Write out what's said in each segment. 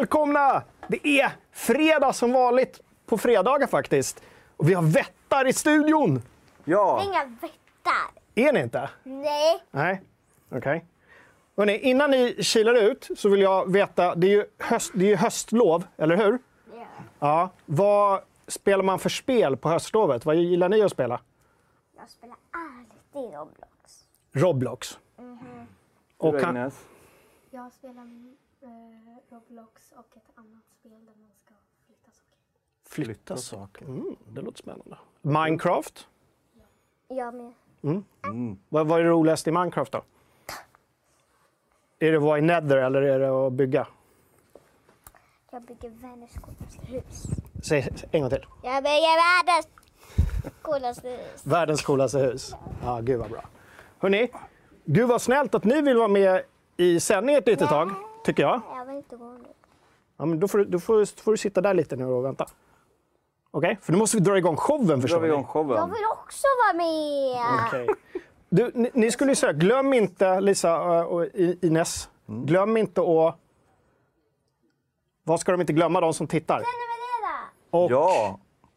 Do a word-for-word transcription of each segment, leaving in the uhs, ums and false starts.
välkomna! Det är fredag som vanligt, på fredagar faktiskt. Och vi har vättar i studion. Ja. Det är inga vättar. Är ni inte? Nej. Nej, okej. Okay. Hörrni, innan ni kilar ut så vill jag veta, det är ju, höst, det är ju höstlov, eller hur? Ja. Ja. Vad spelar man för spel på höstlovet? Vad gillar ni att spela? Jag spelar alltid Roblox. Roblox. Mm-hmm. Och kan... Jag spelar eh, Roblox och ett annat spel där man ska flytta saker. Flytta saker. Mm, det låter spännande. Minecraft? Jag med. Mm. Mm. Vad, vad är det roligaste i Minecraft då? Är det att vara i Nether eller är det att bygga? Jag bygger världens coolaste hus. Säg en gång till. Jag bygger världens coolaste hus. Världens coolaste hus. Ja, gud vad bra. Hörrni, gud vad snällt att ni vill vara med i sändningen ett litet tag, tycker jag. Jag vill inte gå nu. Ja, men då får, du, då får, får du sitta där lite nu och vänta. Okej, okay? För nu måste vi dra igång showen, förstår vi igång showen. Jag vill också vara med. Okej. Okay. Du, ni, ni skulle ju säga, glöm inte, Lisa och Ines, mm. glöm inte att... Vad ska de inte glömma, de som tittar? Prenumerera! Och, ja.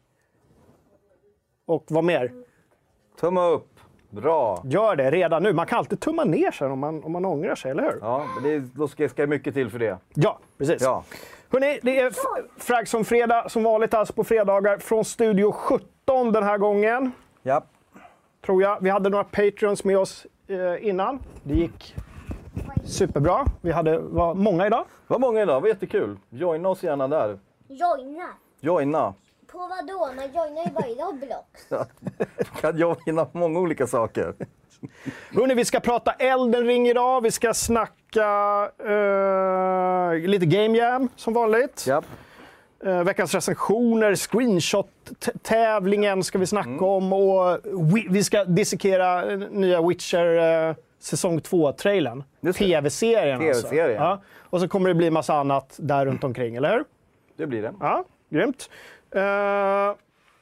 Och vad mer? Tumma upp. Bra. Gör det redan nu. Man kan alltid tumma ner sen om man, om man ångrar sig, eller hur? Ja, men det, då ska, ska mycket till för det. Ja, precis. Ja. Hörrni, det är Frag som fredag, som vanligt alltså på fredagar, från Studio sjutton den här gången. Ja. Tror jag. Vi hade några Patreons med oss eh, innan. Det gick superbra. Vi hade, var många idag. Det var många idag, det var jättekul. Joina oss gärna där. Joina? Joina. På vad då? Man joinar ju bara i Roblox. Du kan joina på många olika saker. Hörrni, vi ska prata Elden Ring idag. Vi ska snacka eh, lite Game Jam som vanligt. Ja. Eh, veckans recensioner, screenshot-tävlingen ska vi snacka mm. om. Och vi, vi ska dissekera nya Witcher eh, säsong två-trailern. Tv-serien alltså. Tv-serien. Ja. Och så kommer det bli massa annat där runt omkring, eller hur? Det blir det. Ja, grymt. Uh,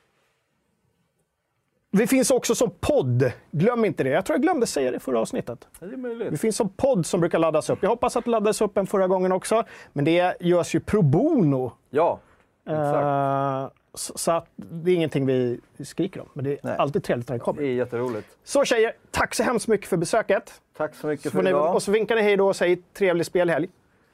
vi finns också som podd. Glöm inte det. Jag tror jag glömde säga det i förra avsnittet. Ja, det är möjligt. Vi finns som podd som brukar laddas upp. Jag hoppas att det laddades upp en förra gången också. Men det görs ju pro bono. Ja, exakt. Uh, så, så att det är ingenting vi skriker om. Men det är Nej. alltid trevligt när det kommer. Det är jätteroligt. Så tjejer, tack så hemskt mycket för besöket. Tack så mycket så för ni, idag. Och så vinkar ni hej då och säger trevlig spelhelg.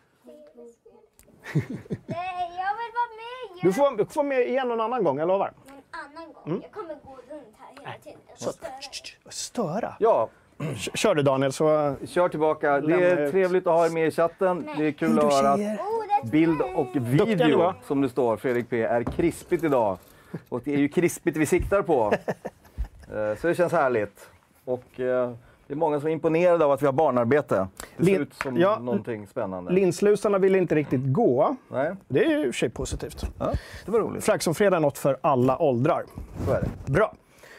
Nej, jag vill vara med. Du får, du får vara med igen någon annan gång, jag lovar. Någon annan gång. Mm. Jag kommer gå runt här hela tiden. Så, störa? Ja. Kör du Daniel så... Kör tillbaka. Det är trevligt att ha er med i chatten. Nej. Det är kul att höra att Oh, bild och video, som det står, Fredrik P, är krispigt idag. Och det är ju krispigt vi siktar på. Så det känns härligt. Och det är många som är imponerade av att vi har barnarbete. Det ser Lin- ut som ja, någonting spännande. Linslusarna vill inte riktigt gå. Nej. Det är ju i och för sig positivt. Ja, det var roligt. Frag som fredag är något för alla åldrar. Så är det. Bra.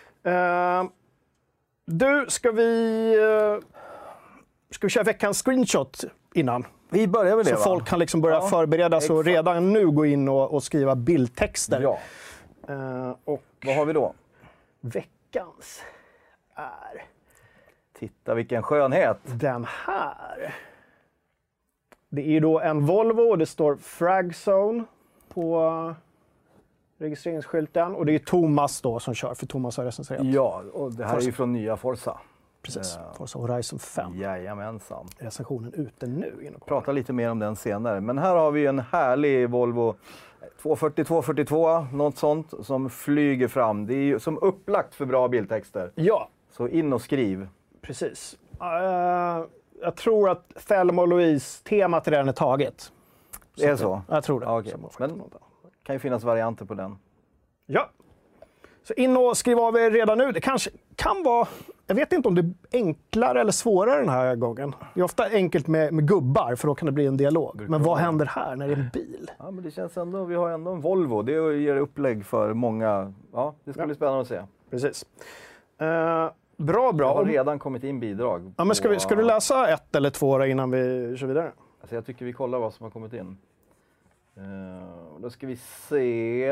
Uh, du, ska vi... Uh, ska vi köra veckans screenshot innan? Vi börjar med det, Så va? folk kan liksom börja Ja, förbereda sig och exakt. redan nu gå in och, och skriva bildtexter. Ja. Uh, och Vad har vi då? veckans är... Titta vilken skönhet. Den här. Det är ju då en Volvo och det står Fragzone på registreringsskylten. Och det är Thomas då som kör, för Thomas har recenserat. Ja, och det här Forza. är ju från nya Forza. Precis, Ja. Forza Horizon fem. Jajamensan. Recensionen ute nu. Prata lite mer om den senare. Men här har vi en härlig Volvo tvåhundrafyrtio tvåhundrafyrtiotvå, något sånt, som flyger fram. Det är ju som upplagt för bra bildtexter. Ja. Så in och skriv. Precis. Uh, jag tror att Thelma och Louise-temat redan är taget. Det är så? Jag tror det. Ja, okay. Men det kan ju finnas varianter på den. Ja. Så in och skriv av er redan nu. Det kanske kan vara... Jag vet inte om det är enklare eller svårare den här gången. Det är ofta enkelt med, med gubbar, för då kan det bli en dialog. Men vad händer här när det är en bil? Ja, men det känns ändå... Vi har ändå en Volvo. Det ger upplägg för många... Ja, det ska ja. bli spännande att se. Precis. Uh, bra, bra. Det har redan kommit in bidrag. Ja, men ska, vi, ska du läsa ett eller två innan vi kör vidare? Alltså jag tycker vi kollar vad som har kommit in. Uh, då ska vi se.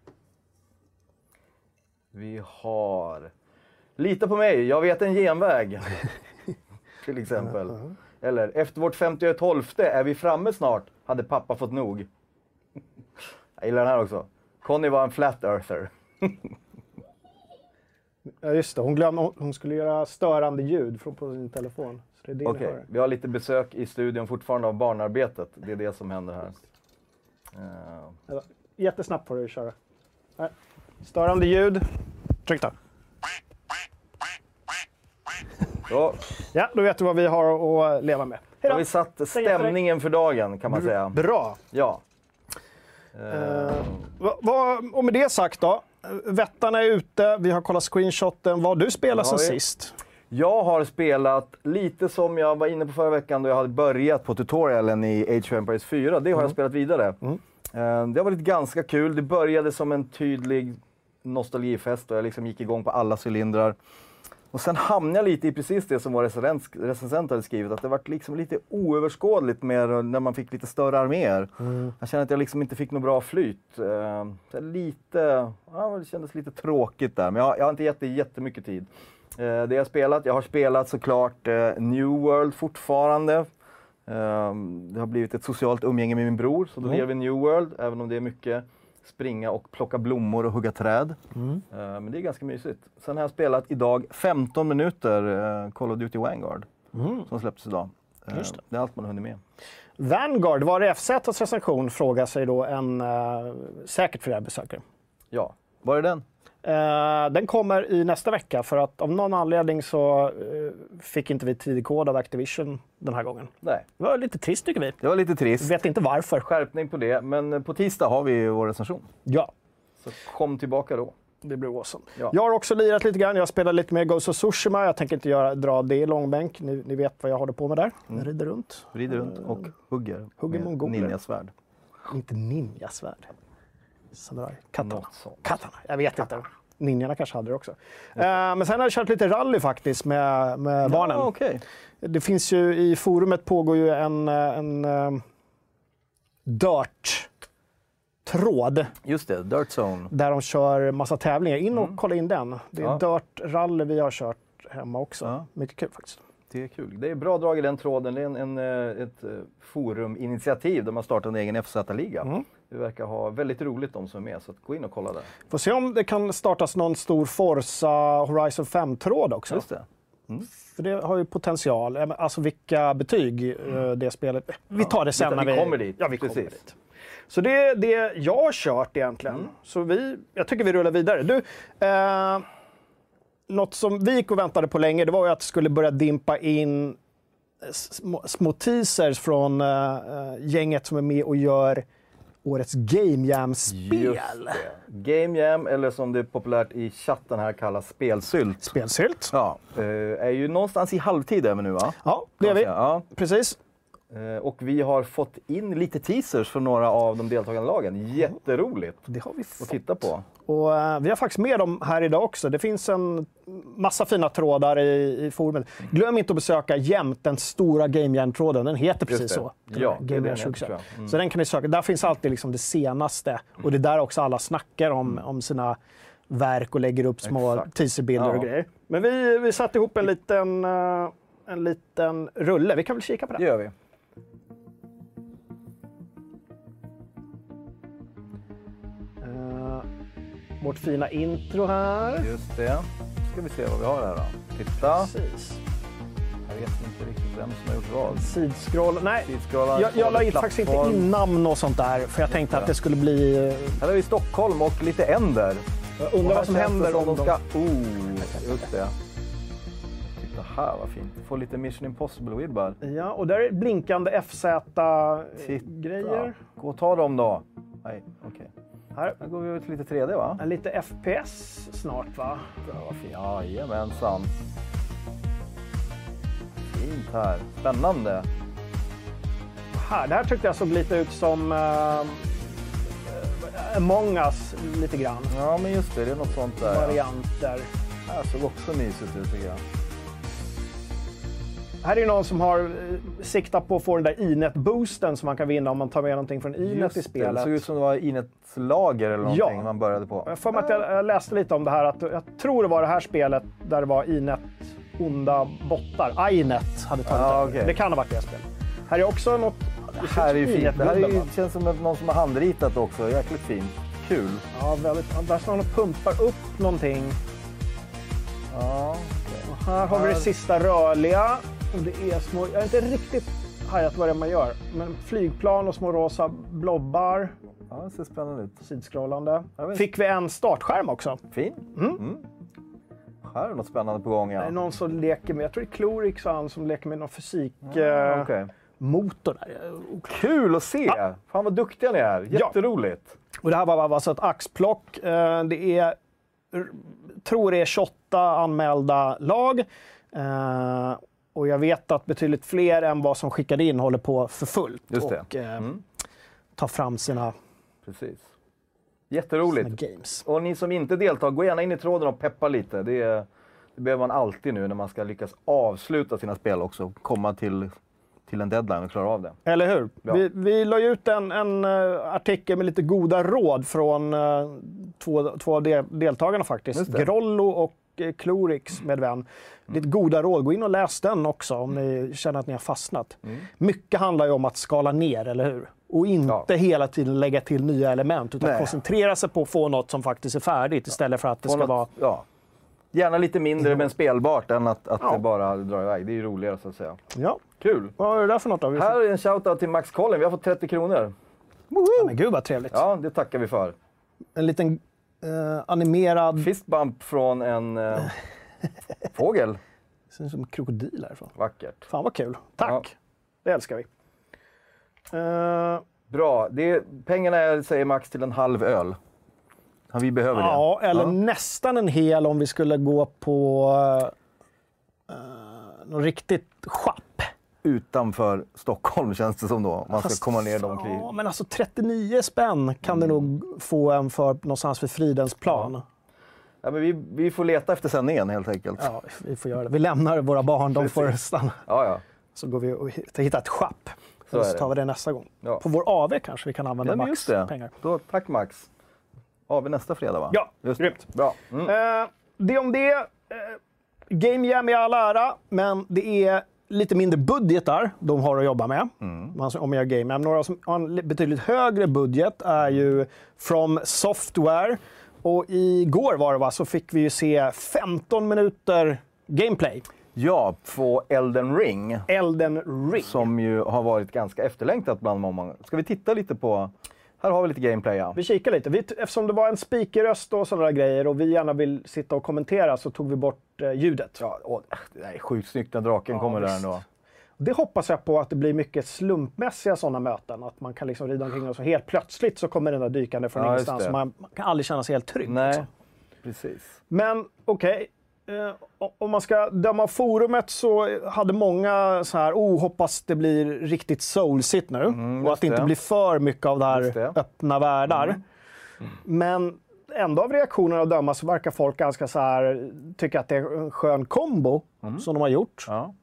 Vi har... Lita på mig, jag vet en genväg. Till exempel. Eller, efter vårt femtio-tolfte är vi framme snart, hade pappa fått nog. Jag gillar den här också. Conny var en flat earther. Ja, just det. Hon glömde, hon skulle göra störande ljud från på sin telefon. Så det är det Okej, ni hör. vi har lite besök i studion fortfarande av barnarbetet. Det är det som händer här. Uh. Jättesnabbt får du köra. Här. Störande ljud. Tryck då. Så. Ja, då vet du vad vi har att leva med. Då har vi satt stämningen för dagen, kan man säga. Bra. Ja. Uh, va, va, och med det sagt då. Vättarna är ute, vi har kollat screenshoten. Vad har du spelat sen sist? Jag har spelat lite som jag var inne på förra veckan då jag hade börjat på tutorialen i Age of Empires fyra. Det har mm. jag spelat vidare. Mm. Uh, det har varit ganska kul. Det började som en tydlig nostalgifest och jag liksom gick igång på alla cylindrar. Och sen hamnade jag lite i precis det som vår recensent hade skrivit, att det var liksom lite oöverskådligt med när man fick lite större arméer. Mm. Jag kände att jag liksom inte fick något bra flyt. Uh, lite, ja, det kändes lite tråkigt där, men jag, jag har inte gett det jättemycket tid. Uh, det jag har spelat, jag har spelat såklart uh, New World fortfarande. Uh, det har blivit ett socialt umgänge med min bror, så då mm. lever vi New World, även om det är mycket springa och plocka blommor och hugga träd. Mm. Uh, men det är ganska mysigt. Sen har jag spelat idag femton minuter uh, Call of Duty Vanguard. Mm. Som släpptes idag. Uh, Just det. det är allt man har hunnit med. Vanguard, var det F Z:s recension, frågar sig då en uh, säkert för det här besökare. Ja, var är den? Uh, den kommer i nästa vecka för att av någon anledning så uh, fick inte vi tidig kod av Activision den här gången. Nej. Det var lite trist tycker vi. Det var lite trist. Vi vet inte varför. Skärpning på det, men på tisdag har vi vår recension. Ja. Så kom tillbaka då. Det blir awesome. Ja. Jag har också lirat lite grann. Jag spelar lite mer Ghost of Tsushima. Jag tänker inte göra, dra det i långbänk. Ni, ni vet vad jag håller på med där. Jag rider runt. Rider runt och hugger. Hugger med mongoler. Ninjasvärd. Inte ninjasvärd. Samurai. Katana. Katana. Jag vet inte. Ninjarna kanske hade det också. Okay. Uh, men sen har jag kört lite rally faktiskt med, med ja, barnen. Okay. Det finns ju i forumet pågår ju en, en uh, dirt-tråd. Just det, Dirt Zone. Där de kör massa tävlingar. In och mm. kolla in den. Det är ja. dirt-rally vi har kört hemma också. Ja. Mycket kul faktiskt. Det är kul. Det är bra drag i den tråden. Det är en, en, ett foruminitiativ där man startar en egen F Z-liga. Mm. Det verkar ha väldigt roligt de som är med, så gå in och kolla där. Får se om det kan startas någon stor Forza Horizon fem-tråd också. Just det. Mm. För det har ju potential. Alltså vilka betyg mm. det spelet... Vi tar det sen ja, när vi... vi kommer dit. Ja, vi kommer dit. Så det är det jag har kört egentligen. Mm. Så vi, jag tycker vi rullar vidare. Du, eh, något som vi gick och väntade på länge, det var ju att det skulle börja dimpa in små, små teasers från eh, gänget som är med och gör årets Game Jam-spel. Game Jam, eller som det är populärt i chatten här kallas spelsylt. Spelsylt. Ja, är ju någonstans i halvtid även nu, va? Ja, det är vi. Ja. Precis. Och vi har fått in lite teasers från några av de deltagande lagen. Jätteroligt det har vi fått. Att titta på. Och uh, vi har faktiskt med dem här idag också. Det finns en massa fina trådar i, i forumet. Glöm inte att besöka jämt den stora Game Jam-tråden. Den heter precis så. Ja, Game Jam tjugo tjugo. Mm. Så den kan ni söka. Där finns alltid liksom det senaste. Och det är där också alla snackar om, mm. om sina verk och lägger upp små Exakt. teaserbilder ja. och grejer. Men vi, vi satte ihop en liten, uh, en liten rulle. Vi kan väl kika på den. Det gör vi. Vårt fina intro här. Just det. Ska vi se vad vi har här då. Titta. Precis. Jag vet inte riktigt vem som har gjort vad. Sidskroll. Nej, jag, jag la in faktiskt inte in namn och sånt där. För jag Just tänkte det. att det skulle bli... Här har vi Stockholm och lite änder. Jag undrar vad som händer om de ska... Oh, just det. Titta här, vad fint. Får lite Mission Impossible-vibbar. Ja, och där är blinkande F Z-grejer. Gå och ta dem då. Nej, okej. Okay. Här. här går vi ut lite tre D, va? Lite F P S snart, va? Ja, vad fint. Jajamensan. Fint här. Spännande. Här, det här tyckte jag såg lite ut som uh, Among Us lite grann. Ja, men just det. Det är något sånt där. Varianter. Ja. Här såg också mysigt ut, tycker jag. Här är någon som har siktat på att få den där inet-boosten som man kan vinna om man tar med någonting från inet Just i spelet. Det, det såg ut som det var inetlager eller någonting ja. man började på. Jag får mig att jag läste lite om det här. Att jag tror det var det här spelet där det var inet onda bottar. Ainet hade tagit Ah, över. okay. Det kan ha varit det spelet. Här är också något... Det här är ju fint. Det här är ju, känns som någon som har handritat också. Jäkligt fint. Kul. Ja, väldigt. Där står han och pumpar upp någonting. Ja, okay. Och här har vi det sista rörliga. Och det är små... Jag är inte riktigt hajat vad det är man gör. Men flygplan och små rosa blobbar. Ja, det ser spännande ut. Sidskrollande. Fick vi en startskärm också. Fin. Mm. Mm. Här är något spännande på gång. Ja. Det är någon som leker med, jag tror det är Klorix och han som leker med någon fysik... Ja, okay. motor där. Kul att se! Ja. Fan vad duktiga ni är. Jätteroligt. Ja. Och det här var alltså ett axplock. Det är, tror det är tjugoåtta anmälda lag. Och jag vet att betydligt fler än vad som skickade in håller på för fullt. Just det. Och mm. tar fram sina, Precis. Jätteroligt. sina games. Och ni som inte deltar, gå gärna in i tråden och peppa lite. Det, är, det behöver man alltid nu när man ska lyckas avsluta sina spel också. Komma till... till en deadline och klara av det. Eller hur? Ja. Vi, vi la ut en, en uh, artikel med lite goda råd från uh, två, två av de, deltagarna faktiskt. Grollo och uh, Klorix med vän. Mm. Lite goda råd. Gå in och läs den också om ni känner att ni har fastnat. Mm. Mycket handlar ju om att skala ner, eller hur? Och inte ja. hela tiden lägga till nya element, utan Nej. koncentrera sig på att få något som faktiskt är färdigt istället för att det få ska något, vara... Ja. Gärna lite mindre mm. men spelbart än att, att ja. det bara drar iväg. Det är ju roligare så att säga. Ja. Kul! Vad är det där för något då? Här är en shoutout till Max Collin. Vi har fått trettio kronor. Ja, men gud vad trevligt. Ja, det tackar vi för. En liten eh, animerad... Fistbump från en eh, fågel. Det ser ut som en krokodil härifrån. Vackert. Fan vad kul. Tack! Ja. Det älskar vi. Uh... Bra. Det, pengarna är, säger Max, till en halv öl. Ja, vi behöver ja, det. eller ja. nästan en hel om vi skulle gå på uh, något riktigt schapp. Utanför Stockholm känns det som då. Man ska Fast, komma ner de kring. Ja, men alltså trettionio spänn kan mm. det nog få en för någonstans vid Fridens plan. Ja. Ja, men vi, vi får leta efter sändningen helt enkelt. Ja, vi får göra det. Vi lämnar våra barn, de får stanna. Ja, ja. Så går vi och hittar ett schapp. Så, så tar vi det nästa gång. Ja. På vår A V kanske vi kan använda ja, Max pengar. Då, tack Max. A V nästa fredag va? Ja, just grymt. Bra. Mm. Eh, det om det. Eh, Game Jam i all ära, men det är lite mindre budgetar de har att jobba med. Mm. Alltså, om jag gör Game Jam. Några som har en betydligt högre budget är ju From Software. Och igår var det va, så fick vi ju se femton minuter gameplay. Ja, på Elden Ring. Elden Ring. Som ju har varit ganska efterlängtat bland många. Ska vi titta lite på... Här har vi lite gameplay, ja. Vi kikar lite. Vi, eftersom det var en speakerröst och sådana där grejer och vi gärna vill sitta och kommentera så tog vi bort eh, ljudet. Ja, och, det är sjukt snyggt när draken ja, kommer visst. där ändå. Det hoppas jag på att det blir mycket slumpmässiga sådana möten. Att man kan liksom rida omkring och så helt plötsligt så kommer den där dykande från ja, ingenstans. Man, man kan aldrig känna sig helt trygg. Nej, liksom. precis. Men okej. Okay. Uh, om man ska döma forumet så hade många så här, oh, hoppas det blir riktigt soulsigt nu. Mm, och att det inte blir för mycket av det här det. öppna världar. Mm. Mm. Men ändå av reaktionerna att döma så verkar folk ganska så här, tycka att det är en skön kombo mm. som de har gjort. Ja.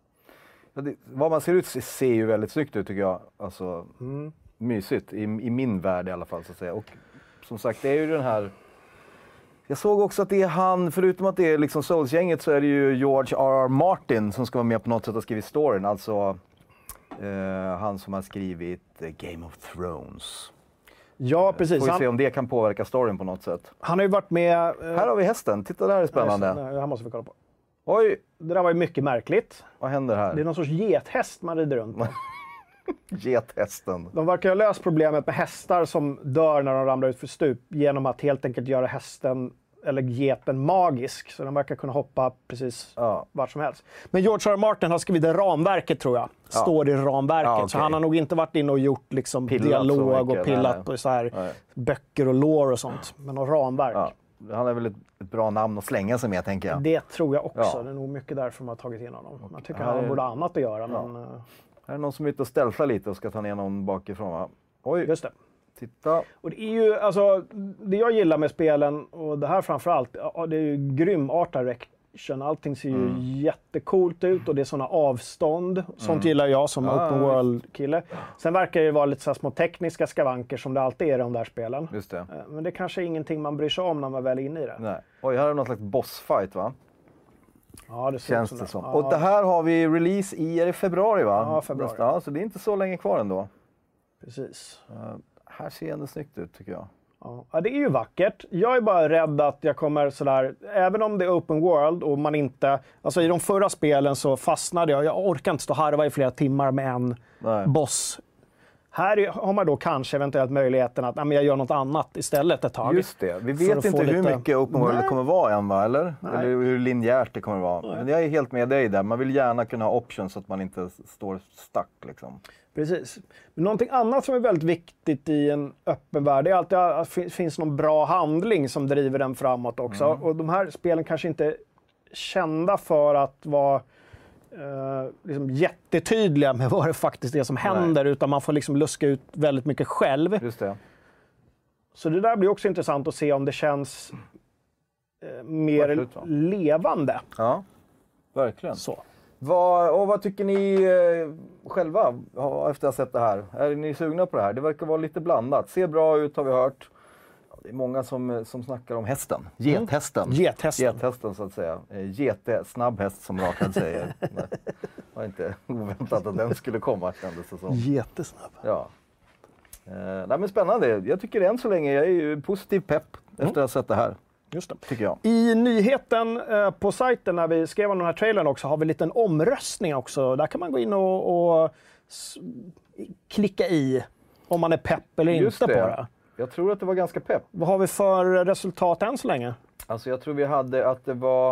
Ja, det, vad man ser ut ser ju väldigt snyggt ut tycker jag. Alltså, mm. mysigt, i, i min värld i alla fall så att säga. Och som sagt, det är ju den här... Jag såg också att det är han, förutom att det är liksom Souls-gänget så är det ju George R R. Martin som ska vara med på något sätt och skrivit storyn. Alltså eh, han som har skrivit eh, Game of Thrones. Ja, precis. Får vi han... se om det kan påverka storyn på något sätt. Han har ju varit med... Eh... Här har vi hästen, titta där är spännande. Nej, det här måste vi kolla på. Oj! Det där var ju mycket märkligt. Vad händer här? Det är någon sorts gethäst man rider runt på. Gethästen. De verkar ha löst problemet med hästar som dör när de ramlar ut för stup genom att helt enkelt göra hästen eller geten magisk. Så de verkar kunna hoppa precis ja. vart som helst. Men George R. R. Martin har skrivit det ramverket tror jag. Ja. Står i ramverket. Ja, okay. Så han har nog inte varit inne och gjort liksom dialog och pillat nej, nej. och så här nej. böcker och lore och sånt. Men något ramverk. Ja. Han är väl ett, ett bra namn att slänga sig med tänker jag. Det tror jag också. Ja. Det är nog mycket därför man har tagit in honom. Man tycker han är... borde ha annat att göra. Ja. Men, här är någon som är ute och ställfar lite och ska ta ner någon bakifrån va? Oj! Just det. Titta. Och det är ju, alltså, det jag gillar med spelen, och det här framförallt, det är ju grym art direction. Allting ser ju mm. jättecoolt ut och det är sådana avstånd. Sånt mm. gillar jag som ja, open world-kille. Sen verkar det vara lite så små tekniska skavanker som det alltid är i de där spelen. Just det. Men det kanske är ingenting man bryr sig om när man väl är inne i det. Nej. Oj, här är någon slags bossfight va? Ja, det känns det som. Ja. Och det här har vi release i, är det februari va? Ja, februari. Ja, så det är inte så länge kvar ändå. Precis. Uh, här ser det snyggt ut tycker jag. Ja, det är ju vackert. Jag är bara rädd att jag kommer sådär, även om det är open world och man inte, alltså i de förra spelen så fastnade jag, jag orkar inte stå harva i flera timmar med en Nej. boss. Här har man då kanske eventuellt möjligheten att nej, men jag gör något annat istället ett tag. Just det, vi vet inte hur lite... mycket open world Nej. det kommer vara än va, eller? Nej. Eller hur linjärt det kommer vara. Nej. Men jag är helt med dig där, man vill gärna kunna ha options så att man inte står stuck liksom. Precis. Men någonting annat som är väldigt viktigt i en öppen värld är alltid att det finns någon bra handling som driver den framåt också. Mm. Och de här spelen kanske inte är kända för att vara eh, liksom jättetydliga med vad det faktiskt är som händer, Nej. utan man får liksom luska ut väldigt mycket själv. Just det. Så det där blir också intressant att se om det känns eh, mer Absolut, levande. Ja, verkligen. Så. Vad, och vad tycker ni eh, själva efter att ha sett det här? Är ni sugna på det här? Det verkar vara lite blandat. Ser bra ut har vi hört. Ja, det är många som, som snackar om hästen. Gethästen. Mm. Gethästen. Gethästen så att säga. Gete, snabbhäst som Rakad säger. Det var inte oväntat att den skulle komma kändes det som. Getesnabb. Ja. Eh, nej, men spännande. Jag tycker än så länge jag är ju positiv pepp efter att ha sett det här. Just det. Tycker jag. I nyheten eh, på sajten när vi skrev om den här trailern också har vi en liten omröstning också. Där kan man gå in och, och s- klicka i om man är pepp eller Just inte det. på det. Jag tror att det var ganska pepp. Vad har vi för resultat än så länge? Alltså jag tror vi hade att det var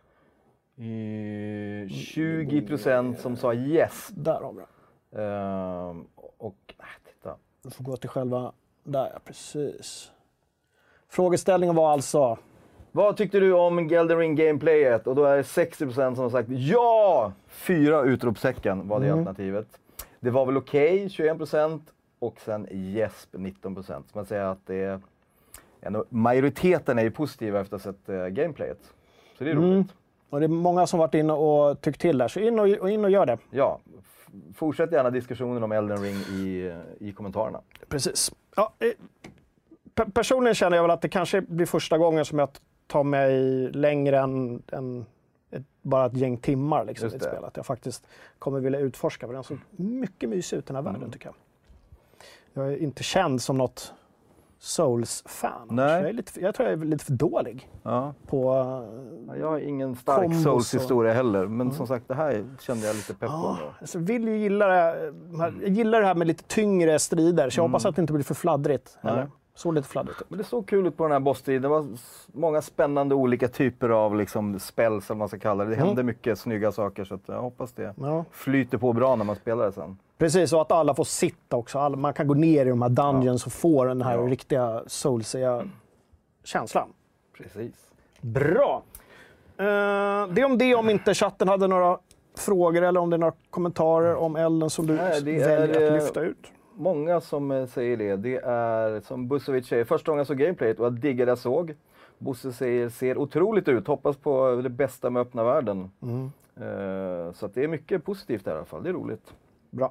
eh, tjugo procent som sa yes. Där har vi det. Ehm, och, äh, titta. Du får gå till själva... Där, ja, precis. Frågeställningen var alltså... Vad tyckte du om Elden Ring gameplayet? Och då är det sextio procent som har sagt ja! Fyra utropstecken var det mm. alternativet. Det var väl okej, okay, tjugoen procent. Och sen yes, nitton procent. Så man säger att det är... Ja, majoriteten är ju positiva efter att ha sett uh, gameplayet. Så det är roligt. Mm. Och det är många som varit inne och tyckt till där. Så in och, och, in och gör det. Ja, f- fortsätt gärna diskussionen om Elden Ring i, i kommentarerna. Precis. Ja, pe- personligen känner jag väl att det kanske blir första gången som jag tar mig längre än, än ett, bara ett gäng timmar liksom, i ett spel. Att jag faktiskt kommer vilja utforska. För den så mycket mysig ut den här världen mm. tycker jag. Jag är inte känd som något Souls-fan. Nej. Jag, är lite, jag tror jag är lite för dålig ja. på ja, jag har ingen stark Souls-historia heller, men mm. som sagt, det här kände jag lite pepp på. Ja, alltså, vill ju gilla det, jag gillar det här med lite tyngre strider, så jag mm. hoppas att det inte blir för fladdrigt. Eller? Så lite fladdrigt. Men det såg kul ut på den här bossstriden. Det var många spännande olika typer av liksom spells, eller man ska kalla det. Det mm. hände mycket snygga saker, så att jag hoppas det ja. flyter på bra när man spelar det sen. Precis, och att alla får sitta också. Alla, man kan gå ner i de här dungeons ja. och få den här ja. riktiga soulsiga känslan. Precis. Bra! Uh, det om det, om inte chatten hade några frågor eller om det är några kommentarer om Elden som du Nej, väljer är, att lyfta ut. Många som säger det. Det är som Bussovic säger, första gången jag såg gameplayet och jag diggade jag såg. Bosse säger, ser otroligt ut, hoppas på det bästa med öppna världen. Mm. Uh, så att det är mycket positivt i alla fall, det är roligt. Bra.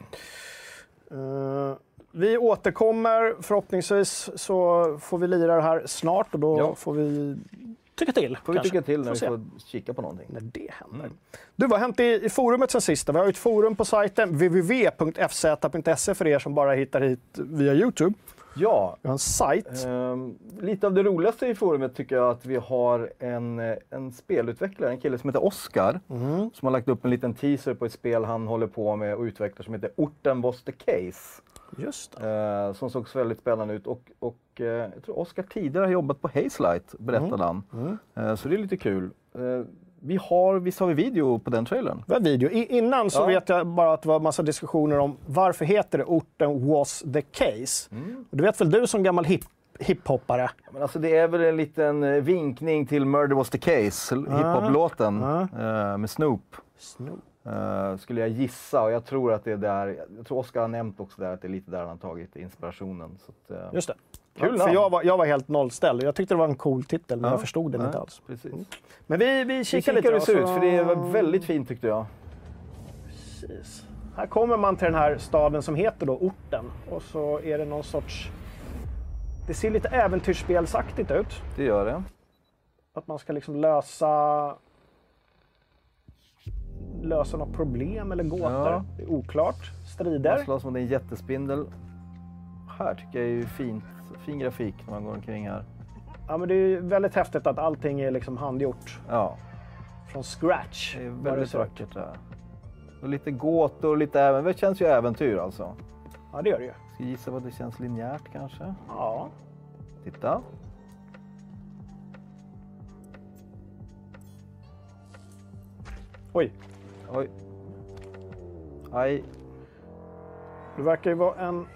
Uh, vi återkommer, förhoppningsvis så får vi lira det här snart och då ja. får vi tycka till. Får vi tycka till när vi får kika på någonting. När det händer. Mm. Du, vad har hänt i, i forumet sen sist? Vi har ju ett forum på sajten w w w punkt f z punkt s e för er som bara hittar hit via YouTube. Ja. Vi har en sajt. Um, lite av det roligaste i forumet tycker jag att vi har en, en spelutvecklare, en kille som heter Oskar, mm. som har lagt upp en liten teaser på ett spel han håller på med och utvecklar som heter Orten was the case. Just det. Uh, som såg väldigt spännande ut och, och uh, jag tror Oskar tidigare har jobbat på Hazelight, berättade mm. han. Mm. Uh, så det är lite kul. Uh, Vi har, visst har vi video på den trailern? Vi har video. I, innan så ja. vet jag bara att det var massa diskussioner om varför heter det Orten was the case. Mm. Och du vet väl du som gammal hip, hiphoppare? Ja, men alltså det är väl en liten vinkning till Murder was the case, ah. hiphop-låten ah. uh, med Snoop. Snoop. Uh, skulle jag gissa, och jag tror att det är där, jag tror Oskar har nämnt också där att det är lite där han har tagit inspirationen. Så att, uh, Just det. Kul ja, för jag var, jag var helt nollställd. Jag tyckte det var en cool titel, men ja, jag förstod den nej, inte alls. Precis. Mm. Men vi, vi kikar vi lite. Hur det ser ut, för det var väldigt fint tyckte jag. Precis. Här kommer man till den här staden som heter då Orten. Och så är det någon sorts... Det ser lite äventyrsspelsaktigt ut. Det gör det. Att man ska liksom lösa lösa något problem eller gåtor. Ja. Det är oklart. Strider. Man slåss mot en jättespindel. Här tycker jag är ju fint, fin grafik när man går omkring här. Ja, men det är väldigt häftigt att allting är liksom handgjort. Ja. Från scratch. Det är väldigt vackert där. Och lite gåtor, lite även. Det känns ju äventyr alltså. Ja, det gör det ju. Ska gissa vad det känns linjärt kanske. Ja. Titta. Oj. Oj. Aj. Det verkar ju vara en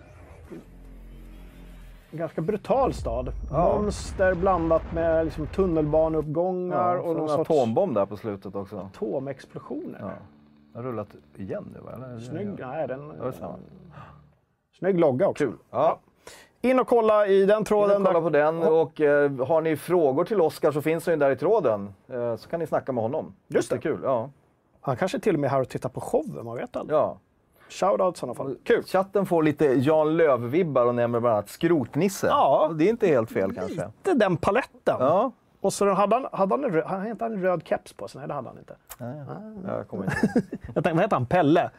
ganska brutal stad. Ja. Monster blandat med liksom tunnelbaneuppgångar Ja, och någon en sorts atombomb där på slutet också. atomexplosioner. Ja. Den har rullat igen nu va? Eller? Snygg, nej, den, Ja, det är samma. snygg logga också. Kul. Ja. In och kolla i den tråden. In och kolla på den. Och eh, har ni frågor till Oskar så finns den där i tråden. Eh, så kan ni snacka med honom. Just det. Det är kul. Ja. Han kanske till och med är här och tittar på showen, man vet aldrig. Ja. Shoutout i sådana fall. Kul! Chatten får lite Jan Löv-vibbar och nämner bland annat Skrotnisse. Ja. Och det är inte helt fel kanske. Lite den paletten. Ja. Och så hade han, hade han, en, röd, han hade en röd keps på sig? Nej, det hade han inte. Nej, ja. Jag kommer inte ihåg. Jag tänkte, vad heter han? Pelle?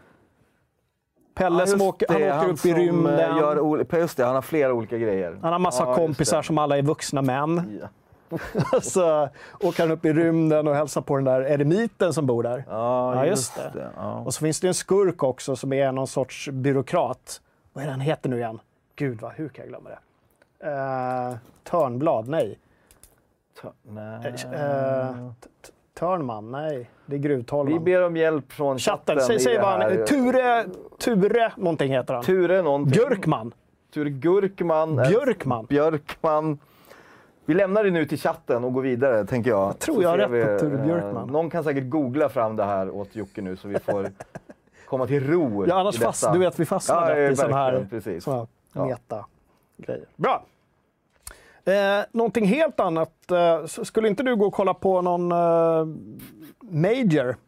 Pelle Ja, som just åker, det, han åker han upp i som, rymden. eh, Gör ol- just det, han har flera olika grejer. Han har massa Ja, just kompisar det. som alla är vuxna män. Ja. Så åker han upp i rymden och hälsar på den där eremiten som bor där. Ja, Ja, just, just det. det. Ja. Och så finns det en skurk också som är någon sorts byråkrat. Vad är det han heter nu igen? Gud, vad, hur kan jag glömma det? Uh, Törnblad, nej. Ta- nej. Uh, t- t- Törnman, nej. Det är Gruvtolvan. Vi ber om hjälp från chatten. Chatten, säg, i säg det vad han här. Ture, Ture någonting heter han. Ture någonting. Björkman. Ture Gurkman. Björkman. Björkman. Vi lämnar det nu till chatten och går vidare, tänker jag. Jag tror Så jag har ser rätt på vi, Ture eh, Björkman. Någon kan säkert googla fram det här åt Jocke nu så vi får komma till ro Ja, annars i detta. fast, du vet, vi fastnar Ja, rätt i verkligen, sådana här, precis. såna här Ja. meta-grejer. Bra! Eh, någonting helt annat. Eh, skulle inte du gå och kolla på någon eh, Major?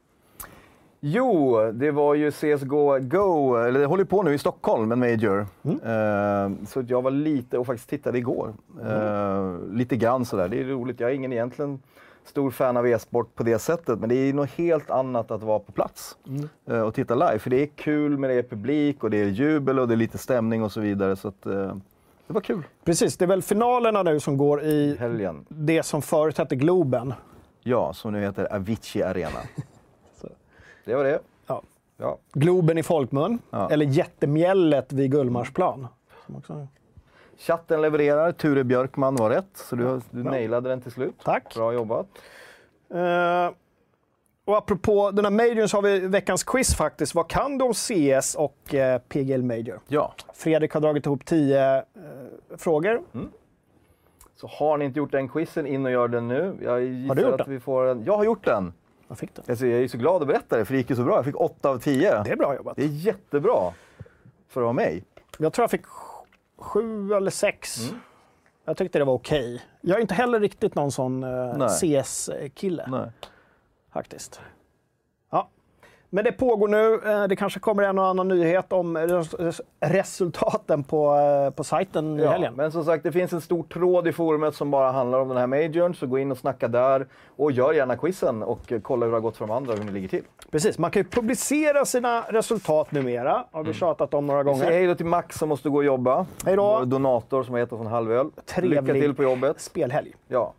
Jo, det var ju C S G O Go, eller det håller på nu i Stockholm, en Major. Mm. Eh, så jag var lite, och faktiskt tittade igår, eh, lite grann sådär. Det är roligt, jag är ingen egentligen stor fan av e-sport på det sättet, men det är något helt annat att vara på plats Mm. eh, och titta live. För det är kul med det är publik och det är jubel och det är lite stämning och så vidare. Så att, eh, det var kul. Precis, det är väl finalerna nu som går i Helgen. det som förut hette Globen. Ja, som nu heter Avicii Arena. Så. Det var det. Ja. Ja. Globen i folkmun, Ja. eller Jättemjället vid Gullmarsplan. Som också... Chatten levererar, Ture Björkman var rätt, så du, du nailade den till slut. Tack. Bra jobbat. Eh, och apropå den här Majorn så har vi veckans quiz faktiskt. Vad kan du om C S och eh, P G L Major? Ja. Fredrik har dragit ihop tio eh, frågor. Så har ni inte gjort den quizen, in och gör den nu. Jag gissar Har du gjort att den? vi får en... Jag har gjort den. Vad fick du? Alltså, jag är så glad att berätta det, för det gick ju så bra. Jag fick åtta av tio. Det är bra jobbat. Det är jättebra för att vara mig. Jag tror jag fick sj- sju eller sex. Mm. Jag tyckte det var okej. Jag är inte heller riktigt någon sån eh, Nej. C S-kille Nej. faktiskt. Ja. Men det pågår nu. Eh, det kanske kommer en och annan nyhet om res- res- resultaten på, eh, på sajten i Ja, helgen. men som sagt, det finns en stor tråd i forumet som bara handlar om den här majorn, så gå in och snacka där och gör gärna quizen och eh, kolla hur det har gått för de andra och hur ni ligger till. Precis, man kan ju publicera sina resultat numera. Har vi tjatat om några Vi säger gånger. hej då till Max som måste gå och jobba. Hej då. Vår donator som har gett oss en halvöl. Trevlig Lycka till på jobbet. spelhelg. Ja.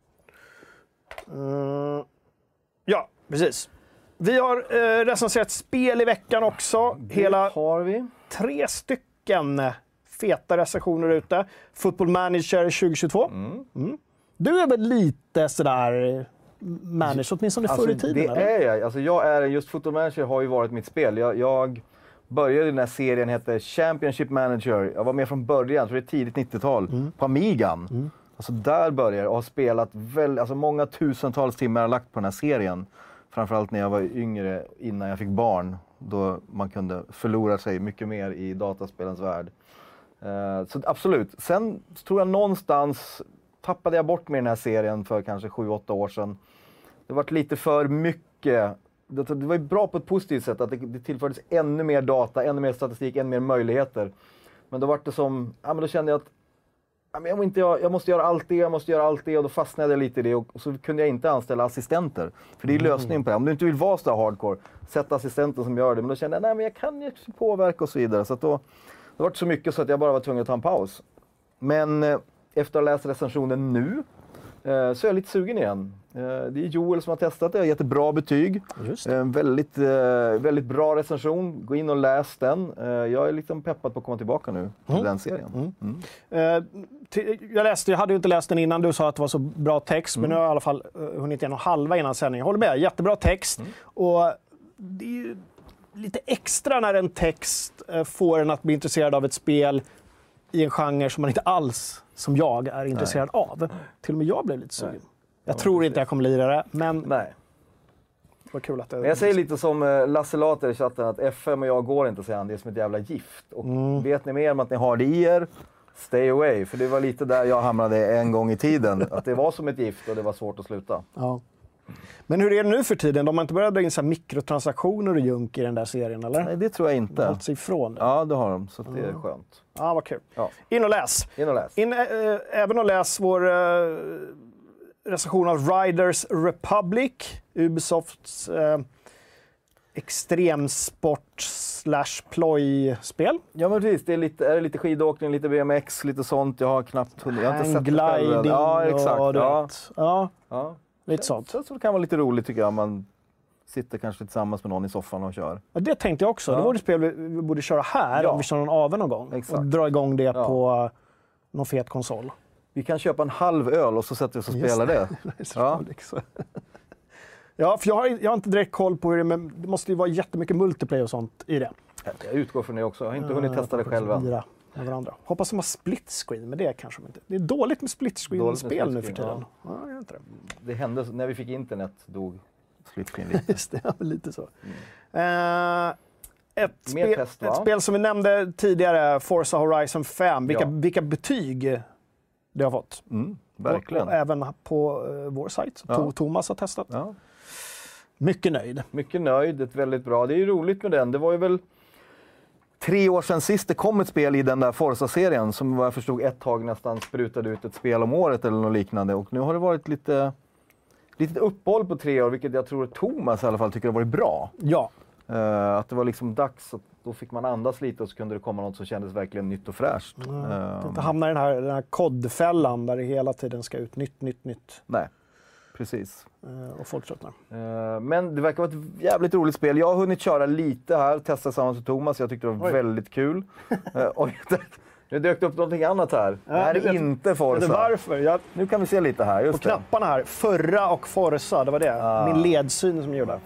Mm. Ja, precis. Vi har eh, recenserat spel i veckan också. Hela Det har vi. tre stycken feta recensioner ute. Football Manager tjugohundratjugotvå. Mm. Du är väl lite sådär manager, åtminstone förr i tiden? det eller? är jag. Alltså, jag är, just Football Manager har ju varit mitt spel. Jag, jag började i den här serien, hette Championship Manager. Jag var med från början, så det är tidigt nittiotal, Mm. på Amigan. Alltså där började jag och har spelat väl, alltså många tusentals timmar har lagt på den här serien. Framförallt när jag var yngre, innan jag fick barn, då man kunde förlora sig mycket mer i dataspelens värld. Eh, så absolut. Sen tror jag någonstans tappade jag bort med den här serien för kanske sju åtta år sedan. Det var lite för mycket. Det, det var ju bra på ett positivt sätt att det, det tillfördes ännu mer data, ännu mer statistik, ännu mer möjligheter. Men då var det som, ja men då kände jag att Jag, inte, jag måste göra allt det, jag måste göra allt det och då fastnade jag lite i det och så kunde jag inte anställa assistenter. För det är lösningen på det. Om du inte vill vara så hardcore, sätt assistenter som gör det. Men då kände jag, nej men jag kan ju påverka och så vidare. Så att då, det var så mycket så att jag bara var tvungen att ta en paus. Men eh, efter att ha läst recensionen nu eh, så är jag lite sugen igen. Eh, det är Joel som har testat det, jag har gett ett bra betyg. Just det. Eh, väldigt, eh, väldigt bra recension, gå in och läs den. Eh, jag är liksom peppad på att komma tillbaka nu till Mm. den serien. Mm. Mm. Eh, till, jag läste, jag hade ju inte läst den innan, du sa att det var så bra text, Mm. men nu har jag i alla fall uh, hunnit igenom halva innan sändningen. Jag håller med, jättebra text. Mm. Och det är ju lite extra när en text uh, får en att bli intresserad av ett spel i en genre som man inte alls, som jag, är intresserad Nej. av. Till och med jag blev lite sugen. Nej. Jag ja, tror precis. inte jag kommer lira det, men Nej. det var kul att det... Men jag säger lite som Lasse Later i chatten, att F M och jag går inte, säger han. Det är som ett jävla gift. Och mm. vet ni mer om att ni har det i er, stay away. För det var lite där jag hamnade en gång i tiden. Att det var som ett gift och det var svårt att sluta. Ja. Men hur är det nu för tiden? De har inte börjat dra in så här mikrotransaktioner och junk i den där serien, eller? Nej, det tror jag inte. De har sig ifrån det. Ja, det har de. Så det är mm. skönt. Ja, vad kul. Ja. In och läs. In och läs. In, äh, även och läs vår äh, recension av Riders Republic, Ubisofts äh, extremsport slash ploj-spel. Ja, men precis. Det är lite, är det lite skidåkning, lite B M X, lite sånt. Jag har knappt hunnit. Jag har inte sett det själv. Ja, exakt. Och ja. Ja. Ja. Lite sånt. Så, så det kan vara lite roligt tycker jag. Man sitter kanske tillsammans med någon i soffan och kör. Ja, det tänkte jag också. Ja. Det var det spel vi, vi borde köra här ja. om vi kör någon ave någon gång. Exakt. Och dra igång det ja. på någon fet konsol. Vi kan köpa en halv öl och så sätter vi oss och spelar det. det. ja. ja, för jag har, jag har inte direkt koll på hur det är, men det måste ju vara jättemycket multiplayer och sånt i det. Jag utgår från det också. Jag har inte hunnit testa det själv än. Med varandra. Hoppas de har split screen, men det kanske de inte. Det är dåligt med split screen-spel nu för tiden. Ja. Ja, jag inte det. det hände när vi fick internet dog split screen lite. Just det, ja, lite så. Mm. Uh, ett, spe test, ett spel som vi nämnde tidigare, Forza Horizon fem. Vilka, ja. vilka betyg det har fått. Mm, verkligen. Och, och även på uh, vår sajt. Ja. Thomas har testat. Ja. Mycket nöjd. Mycket nöjd, ett väldigt bra. Det är ju roligt med den. Det var ju väl tre år sedan sist det kom ett spel i den där Forza-serien som vad jag förstod ett tag nästan sprutade ut ett spel om året eller något liknande. Och nu har det varit lite, lite uppehåll på tre år, vilket jag tror Thomas i alla fall tycker har varit bra. Ja. Uh, att det var liksom dags, att då fick man andas lite och så kunde det komma något som kändes verkligen nytt och fräscht. Mm. Uh, inte hamna i den här, den här kodfällan där det hela tiden ska ut nytt, nytt, nytt. Nej. Precis. Uh, och folk tröttnar. Uh, men det verkar vara ett jävligt roligt spel. Jag har hunnit köra lite här, testa tillsammans med Thomas. Jag tyckte det var Oj. väldigt kul. uh, och nu dök det upp någonting annat här. Ja, det här är inte Forza. Vet du varför? Jag... Nu kan vi se lite här. Just på det. knapparna här. Förra och Forza, det var det. Uh. Min ledsyn som gjorde.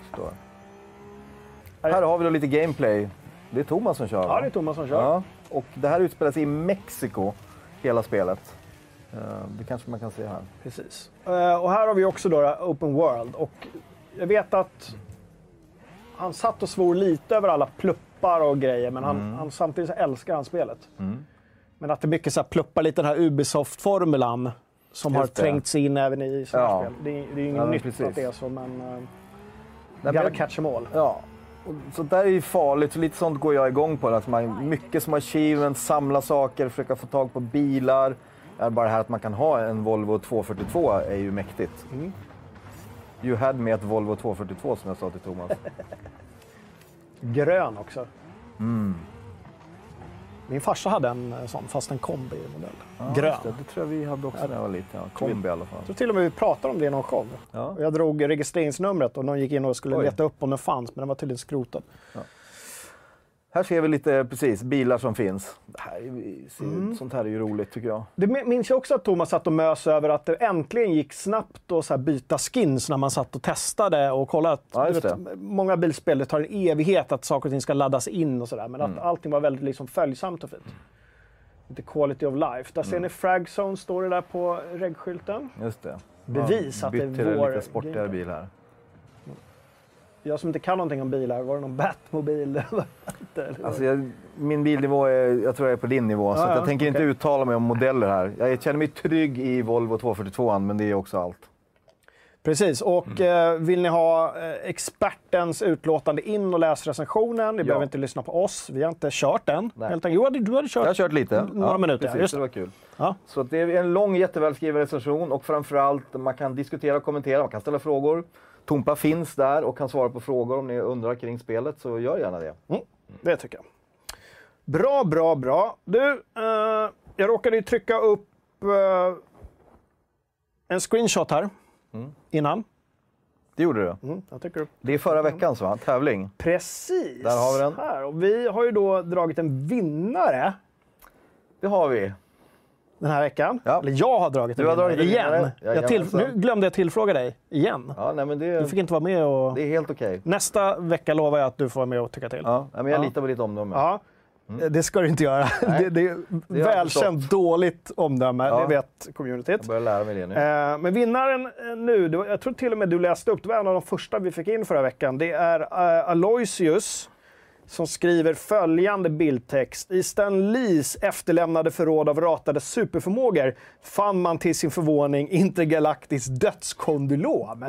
Här, här har vi då lite gameplay. Det är Thomas som kör. Ja, det är Thomas som kör. Ja. Och det här utspelar sig i Mexiko, hela spelet. Det kanske man kan se här. Precis. Och här har vi också då Open World. Och jag vet att han satt och svor lite över alla pluppar och grejer, men han, mm. han samtidigt så älskar han spelet. Mm. Men att det är mycket så här pluppar lite den här Ubisoft-formulan som Just har trängt sig in även i sådana ja. spel. Det är, det är ju inget ja, nytt precis. att det är så, men uh, Nej, gotta catch them all. Ja. Och så där är ju farligt, så lite sånt går jag igång på. Alltså man, mycket som achievements, samla saker, försöka få tag på bilar. Bara det här att man kan ha en Volvo tvåhundrafyrtiotvå är ju mäktigt. Mm. You had med ett Volvo tvåhundrafyrtiotvå som jag sa till Thomas. Grön också. Mm. Min farsa hade en sån, fast en kombi-modell. Ja, grön. Det, det tror jag vi hade också när jag var liten. Ja, kombi i alla fall. Jag tror till och med vi pratade om det i någon show. Ja. Och jag drog registreringsnumret och någon gick in och skulle Oj. leta upp om den fanns, men den var tydligen skrotad. Ja. Här ser vi lite, precis, bilar som finns. Det här är, mm. Sånt här är ju roligt tycker jag. Det minns jag också att Thomas satt och mös över att det äntligen gick snabbt att så här byta skins när man satt och testade och kollade. Ja, du vet, många bilspel, det tar en evighet att saker och ting ska laddas in och sådär. Men mm. att allting var väldigt liksom följsamt och fint. Lite quality of life. Där ser mm. ni Fragzone står det där på regskylten. Just det. Bevis ja, att det är vår... till en lite sportigare bil här. Jag som inte kan någonting om bilar, var det någon Batmobil? Alltså jag, min bilnivå är, jag tror jag är på din nivå, ja, så att jag ja, tänker okay. inte uttala mig om modeller här. Jag känner mig trygg i Volvo tvåhundrafyrtiotvå, men det är också allt. Precis, och mm. eh, vill ni ha eh, expertens utlåtande in och läs recensionen, ni ja. behöver inte lyssna på oss, vi har inte kört den. Helt enkelt. Jo, du hade kört, jag har kört lite. Några ja, minuter. Precis, just det var kul. Ja. Så att det är en lång, jättevälskriven recension och framförallt man kan diskutera och kommentera, man kan ställa frågor. Tompa finns där och kan svara på frågor om ni undrar kring spelet, så gör gärna det. Mm. Det tycker jag. Bra, bra, bra. Du, eh, jag råkade ju trycka upp eh, en screenshot här mm. innan. Det gjorde du? Mm, jag tycker... Det är förra veckans va? Tävling. Precis. Där har vi den. Här. Och vi har ju då dragit en vinnare. Det har vi. Den här veckan. Ja. Eller jag har dragit en du har vinnare. Dragit igen. Jag jag till... Nu glömde jag tillfråga dig. Igen. Ja, nej, men det... Du fick inte vara med och... Det är helt okej. Okay. Nästa vecka lovar jag att du får vara med och tycka till. Ja, men jag ja. litar på ditt omdöme. Ja. Mm. Det ska du inte göra. Det, det är det välkänt dåligt omdöme, ja. Det vet communityt. Jag börjar lära mig det nu. Eh, men vinnaren nu, det var, jag tror till och med du läste upp, det var en av de första vi fick in förra veckan. Det är uh, Aloysius som skriver följande bildtext. I Stan Lees efterlämnade förråd av ratade superförmågor fann man till sin förvåning intergalaktiskt dödskondylom.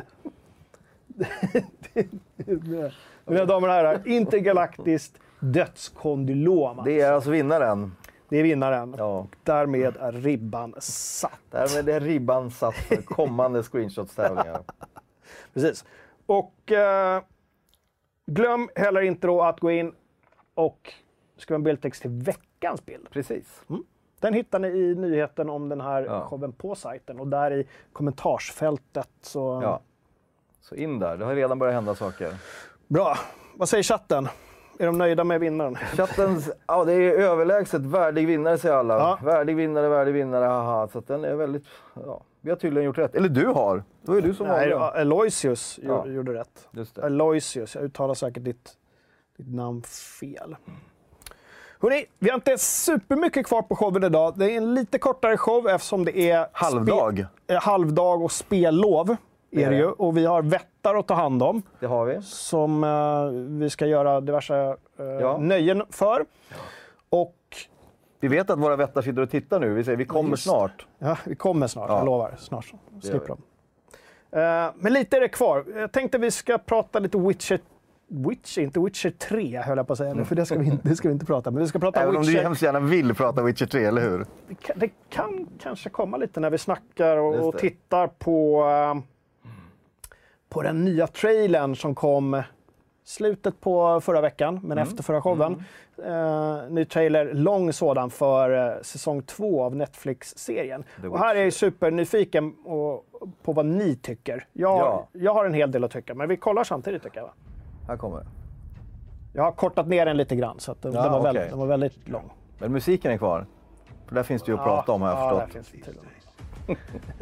Mina damer och herrar, intergalaktiskt dödskondylom. Det är alltså vinnaren. Det är vinnaren. Ja. Och därmed är ribban satt. Därmed är ribban satt för kommande screenshots-tävlingar. Precis. Och eh, glöm heller inte då att gå in och skriva en bildtext till veckans bild. Precis. Mm. Den hittar ni i nyheten om den här ja. showen på sajten. Och där i kommentarsfältet så... Ja. Så in där. Det har redan börjat hända saker. Bra. Vad säger chatten? Är de nöjda med vinnaren? Chattens, ja det är överlägset värdig vinnare säger alla. Ja. Värdig vinnare, värdig vinnare, haha. Så att den är väldigt, ja, vi har tydligen gjort rätt. Eller du har. Det var ju du som var Nej, Aloysius ja. gjorde rätt. Just det. Aloysius, jag uttalar säkert ditt, ditt namn fel. Hörrni, vi har inte supermycket kvar på showen idag. Det är en lite kortare show eftersom det är halvdag, spe- halvdag och spellov. Är det ju. Och vi har vättar att ta hand om. Det har vi. Som uh, vi ska göra diverse uh, ja. nöjen för. Ja. Och vi vet att våra vättar sitter och tittar nu. Vi säger vi kommer Just. snart. Ja, vi kommer snart. Ja. Jag lovar. Snart slipper de. Uh, men lite är det kvar. Jag tänkte vi ska prata lite Witcher. Witcher, inte Witcher tre höll jag på att säga. Mm. För det ska, vi inte, det ska vi inte prata om. Men vi ska prata Även Witcher. om du hemskt gärna vill prata Witcher tre, eller hur? Det kan, det kan kanske komma lite när vi snackar och, och tittar på... Uh, på den nya trailern som kom slutet på förra veckan, men mm. efter förra showen. Mm. Uh, ny trailer, lång sådan, för uh, säsong två av Netflix-serien. Och här är jag supernyfiken och, på vad ni tycker. Jag, ja. jag har en hel del att tycka, men vi kollar samtidigt tycker jag. Va? Här kommer det. Jag har kortat ner den lite grann, så att den, ja, den, var, okay. väldigt, den var väldigt lång. Men musiken är kvar? För där finns det ju att ja, prata om, har jag ja, förstått. Där finns det till och med.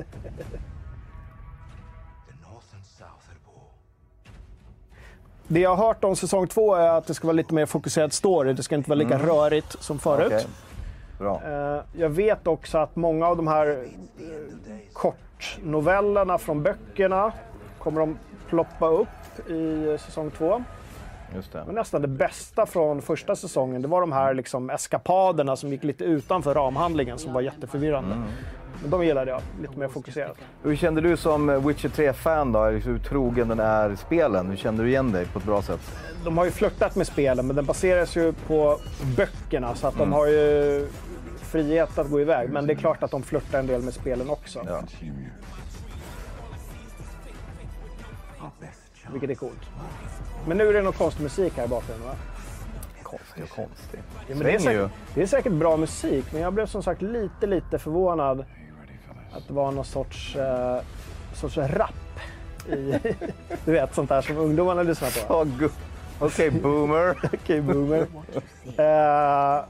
Det jag har hört om säsong två är att det ska vara lite mer fokuserad story. Det ska inte vara lika mm. rörigt som förut. Okay. Bra. Jag vet också att många av de här kortnovellerna från böckerna kommer de ploppa upp i säsong två. Just det. Men nästan det bästa från första säsongen, det var de här liksom eskapaderna som gick lite utanför ramhandlingen som var jätteförvirrande. Mm. Men de gillade jag, lite mer fokuserat. Hur kände du som Witcher tre-fan då? Hur trogen den är spelen? Hur kände du igen dig på ett bra sätt? De har ju flörtat med spelen, men den baseras ju på böckerna. Så att mm. de har ju frihet att gå iväg. Men det är klart att de flörtar en del med spelen också. Ja. Vilket är coolt. Men nu är det någon konstig musik här i bakgrunden, va? Konstig och konstig. Ja, men det, är säkert, det är säkert bra musik, men jag blev som sagt lite, lite förvånad att det var någon sorts, uh, sorts rap i, du vet, sånt där som ungdomarna lyssnar på. Oh, Okej, okay, boomer. Okej, okay, boomer. Uh,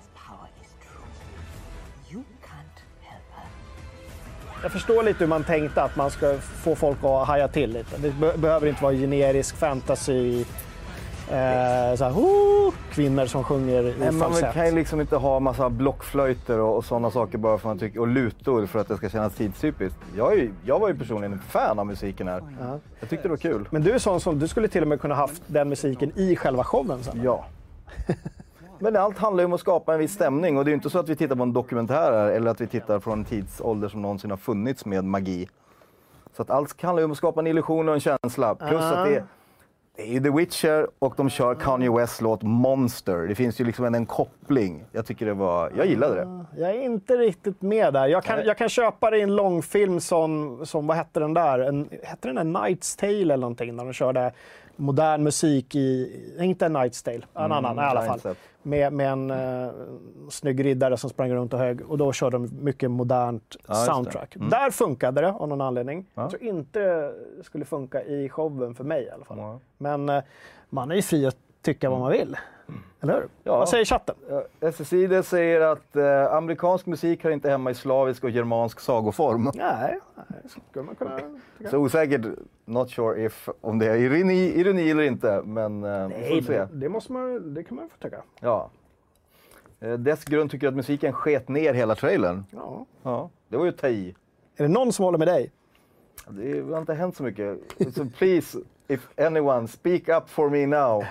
jag förstår lite hur man tänkte att man ska få folk att haja till lite. Det be- behöver inte vara generisk fantasy. Eh, så här, oh, kvinnor som sjunger i Nej, falsett. Man kan ju liksom inte ha massa blockflöjter och, och sådana saker bara för att man tycker, och lutor för att det ska kännas tidstypiskt. Jag, är ju, jag var ju personligen en fan av musiken här. Ja. Jag tyckte det var kul. Men du är sån som, du skulle till och med kunna haft den musiken i själva showen sen. Ja. Men allt handlar ju om att skapa en viss stämning, och det är ju inte så att vi tittar på en dokumentär här, eller att vi tittar från en tidsålder som någonsin har funnits med magi. Så Så att allt handlar om att skapa en illusion och en känsla. Plus uh. att det är, det är ju The Witcher och de kör Kanye West låt Monster. Det finns ju liksom en, en koppling. Jag tycker det var, jag gillade det. Jag är inte riktigt med där. Jag kan, jag kan köpa det i en långfilm som, som vad hette den där? En, hette den en Knight's Tale eller någonting? När de körde modern musik i, inte en Knight's Tale, en mm, annan i alla fall. Med, med en uh, snygg riddare som sprang runt och hög. Och då körde de mycket modernt ja, soundtrack. Mm. Där funkade det av någon anledning. Ja. Jag tror inte det skulle funka i showen för mig i alla fall. Ja. Men uh, man är ju fri att tycka mm. vad man vill. Mm. Eller hur? Ja. Vad säger chatten? Ja, S S I D säger att uh, amerikansk musik har inte hemma i slavisk och germansk sagoform. Nej, nej skulle man kunna tycka. Så osäkert, not sure if, om det är ironi, ironi eller inte, men uh, nej, vi får se. Det, måste man, det kan man få tycka. Ja. Uh, dess grund tycker att musiken sket ner hela trailern. Ja. Ja, det var ju ta i. Är det någon som håller med dig? Det har inte hänt så mycket. So please, if anyone, speak up for me now.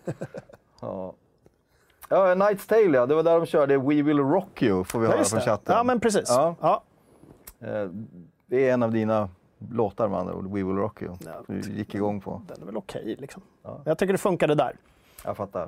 Ja. Ja, Knight's Tale, ja. Det var där de körde We Will Rock You, får vi höra från chatten. Ja, men precis. Ja. Ja. Det är en av dina låtar, man, We Will Rock You. Ja, du gick igång på. Den är väl okej, okay, liksom. Ja. Jag tycker det funkade där. Jag fattar.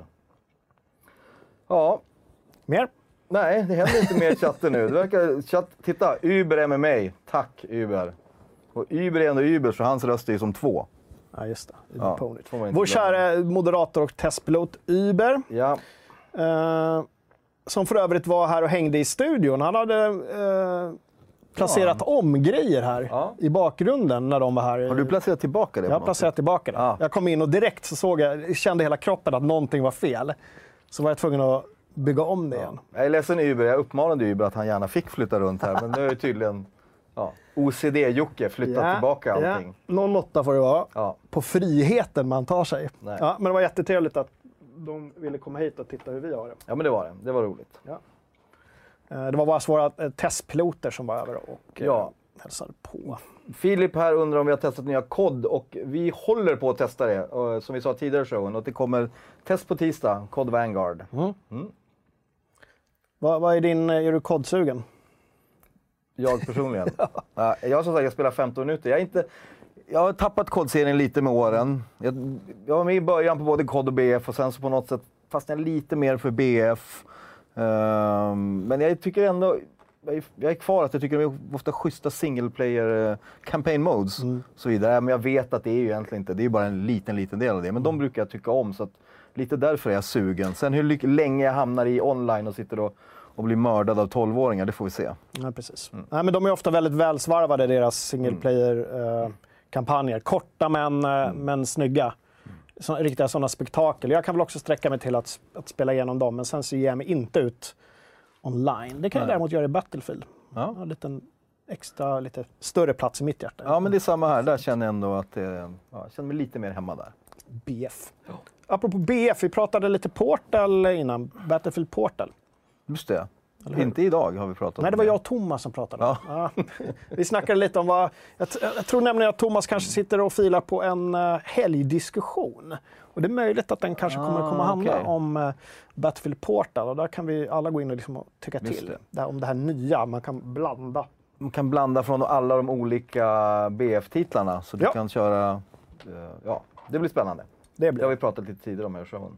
Ja. Mer? Nej, det händer inte mer i chatten nu. Det verkar, chatt, titta, Uber är med mig. Tack, Uber. Och Uber är ändå Uber, så hans röst är ju som två. Ja, just det. Ja, vår kära moderator och testpilot Uber. Ja. Eh, som för övrigt var här och hängde i studion. Han hade eh, placerat ja. om grejer här ja. i bakgrunden när de var här. Har du placerat tillbaka det? Jag har placerat tillbaka det. Ja. Jag kom in och direkt så såg jag, kände hela kroppen att någonting var fel. Så var jag tvungen att bygga om det ja. igen. Jag är ledsen Uber, jag uppmanade Uber att han gärna fick flytta runt här. Men nu är det tydligen ja, O C D-Jocke flyttat ja. tillbaka allting. Ja. Någon måtta får det vara. Ja. På friheten man tar sig. Ja, men det var jättetrevligt att de ville komma hit och titta hur vi har det. Ja, men det var det. Det var roligt. Ja. Det var bara våra testpiloter som var över och ja. hälsade på. Filip här undrar om vi har testat nya C O D och vi håller på att testa det. Som vi sa tidigare i showen. Och det kommer test på tisdag, C O D Vanguard. Mm. Mm. Vad, vad är din, är du C O D-sugen? Jag personligen? ja. Jag som sagt, jag spelar femton minuter. Jag, är inte, jag har tappat C O D-serien lite med åren. Jag, jag var med i början på både C O D och B F och sen så på något sätt fastnade jag lite mer för B F. Um, men jag tycker ändå, jag är, jag är kvar att jag tycker de är ofta schyssta single player uh, campaign modes mm. och så vidare. Men jag vet att det är ju egentligen inte, det är ju bara en liten, liten del av det. Men mm. de brukar jag tycka om så att lite därför är jag sugen. Sen hur länge jag hamnar i online och sitter och och bli mördad av tolvåringar, det får vi se. Ja, precis. Mm. Nej, men de är ofta väldigt välsvarvade, deras single player-kampanjer. Eh, Korta men, mm. men snygga. Så, riktiga sådana spektakel. Jag kan väl också sträcka mig till att, att spela igenom dem, men sen så ger jag mig inte ut online. Det kan jag däremot göra i Battlefield. Ja. Jag har en liten extra, lite större plats i mitt hjärta. Ja, men det är samma här. Där känner jag ändå att det, ja, jag känner mig lite mer hemma där. B F. Ja. Apropå B F, vi pratade lite Portal innan. Battlefield Portal. Just det. Inte idag har vi pratat om. Nej, det var jag och Thomas som pratade. Ja. Ja. Vi snackade lite om vad... Jag, jag tror nämligen att Thomas kanske sitter och filar på en uh, helgdiskussion. Och det är möjligt att den kanske ah, kommer att komma handla okay. om uh, Battlefield Portal. Och där kan vi alla gå in och liksom tycka Just till. Det. Det här, om det här nya, man kan blanda. Man kan blanda från alla de olika B F-titlarna. Så du ja. kan köra... Uh, ja, det blir spännande. Det, blir. det har vi pratat lite tidigare om i showen.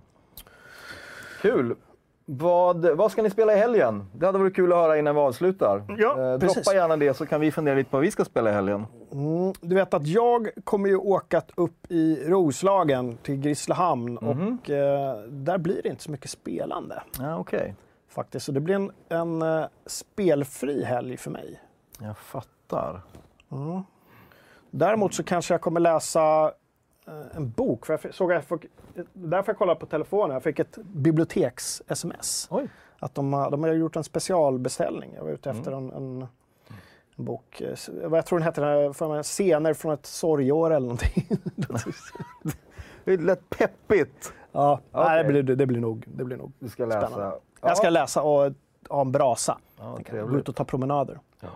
Kul! Vad, vad ska ni spela i helgen? Det hade varit kul att höra innan vi avslutar. Ja, eh, droppa gärna det så kan vi fundera lite på vad vi ska spela i helgen. Mm, du vet att jag kommer ju åka upp i Roslagen till Grisslehamn mm-hmm. och eh, där blir det inte så mycket spelande. Ja, okej. Okay. Faktiskt, så det blir en, en uh, spelfri helg för mig. Jag fattar. Mm. Däremot så kanske jag kommer läsa en bok, för jag såg jag fick, därför jag kollade på telefonen, jag fick ett biblioteks-sms. Oj. Att de har, de har gjort en specialbeställning. Jag var ute efter mm. en, en, en bok, vad jag tror den heter, Scener från ett sorgår eller någonting. Det är lätt peppigt. Ja, okay. Nej, det, blir, det blir nog, det blir nog du ska läsa. Spännande. Ja. Jag ska läsa och ha en brasa. Ja, gå ut och ta promenader. Ja.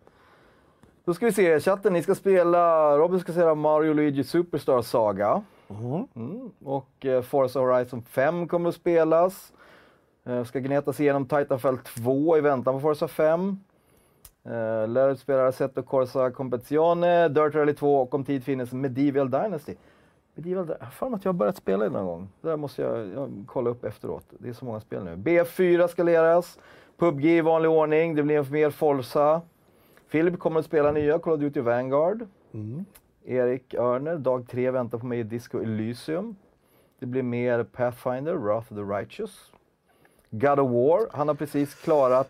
Då ska vi se, chatten, ni ska spela, Robin ska spela Mario Luigi Superstar Saga. Mm. Mm. Och eh, Forza Horizon fem kommer att spelas. Eh, ska gnetas igenom Titanfall två i väntan på Forza fem. Uh, Lär spelar Assetto Corsa Competizione, Dirt Rally två och om tid finns Medieval Dynasty. Medieval Dynasty, jag har för mig att jag har börjat spela någon gång. Det där måste jag, jag kolla upp efteråt. Det är så många spel nu. B F fyra ska leras, P U B G i vanlig ordning, det blir mer Forza. Philip kommer att spela nya Call of Duty Vanguard. Mm. Erik Örner, dag tre väntar på mig i Disco Elysium. Det blir mer Pathfinder, Wrath of the Righteous. God of War, han har precis klarat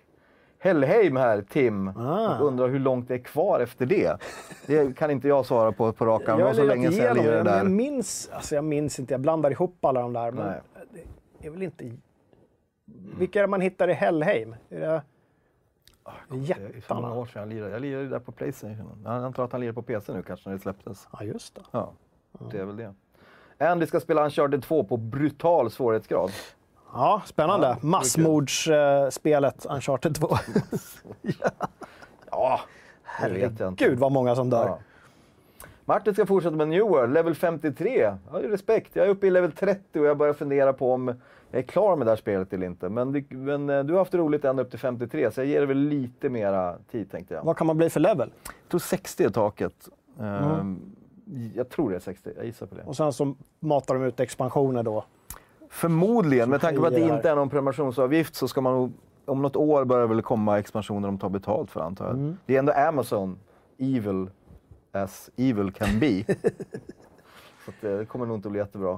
Helheim här, Tim. Ah. Och undrar hur långt det är kvar efter det. Det kan inte jag svara på på rakan. Jag, så länge sedan jag, jag, där. jag minns, alltså jag minns inte, jag blandar ihop alla de där. Men Nej. det är väl inte... Vilka är det man hittar i Helheim? Är det... Jättarna. Det är så många år sedan jag lirade. Jag lirade där på PlayStation. Jag antar att han lirar på P C nu kanske när det släpptes. Ja, just det. Ja, det är väl det. Andy ska spela Uncharted två på brutal svårighetsgrad. Ja, spännande. Ja, massmordsspelet uh, Uncharted två. ja, ja herregud vad många som dör. Ja. Martin ska fortsätta med New World, level femtiotre. Jag har ju respekt. Jag är uppe i level trettio och jag börjar fundera på om jag är klar med det här spelet eller inte. Men, det, men du har haft roligt ända upp till femtiotre, så jag ger det väl lite mera tid, tänkte jag. Vad kan man bli för level? Jag tror sextio är taket. Mm. Um, jag tror det är sextio, jag gissar på det. Och sen så matar de ut expansioner då? Förmodligen, med tanke på att det inte är någon prenumerationsavgift så ska man nog, om något år börjar väl komma expansioner de tar betalt för, antar jag. Mm. Det är ändå Amazon, evil as evil can be. Så att det kommer nog inte bli jättebra.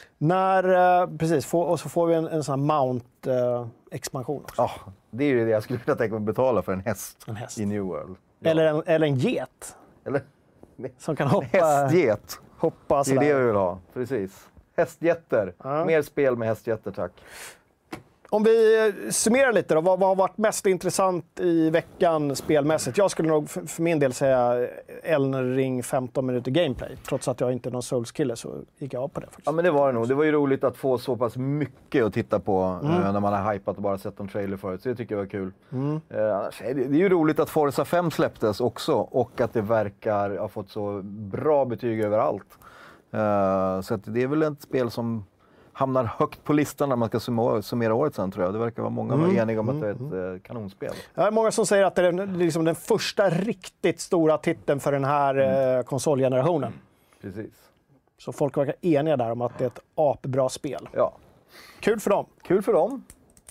När, precis, får, och så får vi en, en sån här Mount-expansion uh, också. Ja, det är ju det jag skulle kunna tänka mig betala för en häst, en häst. i New World. Ja. Eller, en, eller en get. Eller? Som kan hoppa. Hästget. Hoppa det är det vi vill ha, precis. Hästjätter. Ja. Mer spel med hästjätter, tack. Om vi summerar lite då, vad, vad har varit mest intressant i veckan spelmässigt? Jag skulle nog för, för min del säga Elden Ring femton minuter gameplay. Trots att jag inte är någon Souls-kille så gick jag av på det faktiskt. Ja, men det var det nog. Det var ju roligt att få så pass mycket att titta på mm. eh, när man har hypat och bara sett en trailer förut. Så det tycker jag var kul. Mm. Eh, annars är det, det är ju roligt att Forza fem släpptes också och att det verkar ha fått så bra betyg överallt. Uh, så att det är väl ett spel som hamnar högt på listan när man ska summera, summera året sen, tror jag. Det verkar vara många mm. eniga om att det är ett uh, kanonspel. Ja, många som säger att det är liksom den första riktigt stora titeln för den här mm. uh, konsolgenerationen. Precis. Så folk verkar eniga där om att det är ett apbra spel. Ja. Kul för dem. Kul för dem.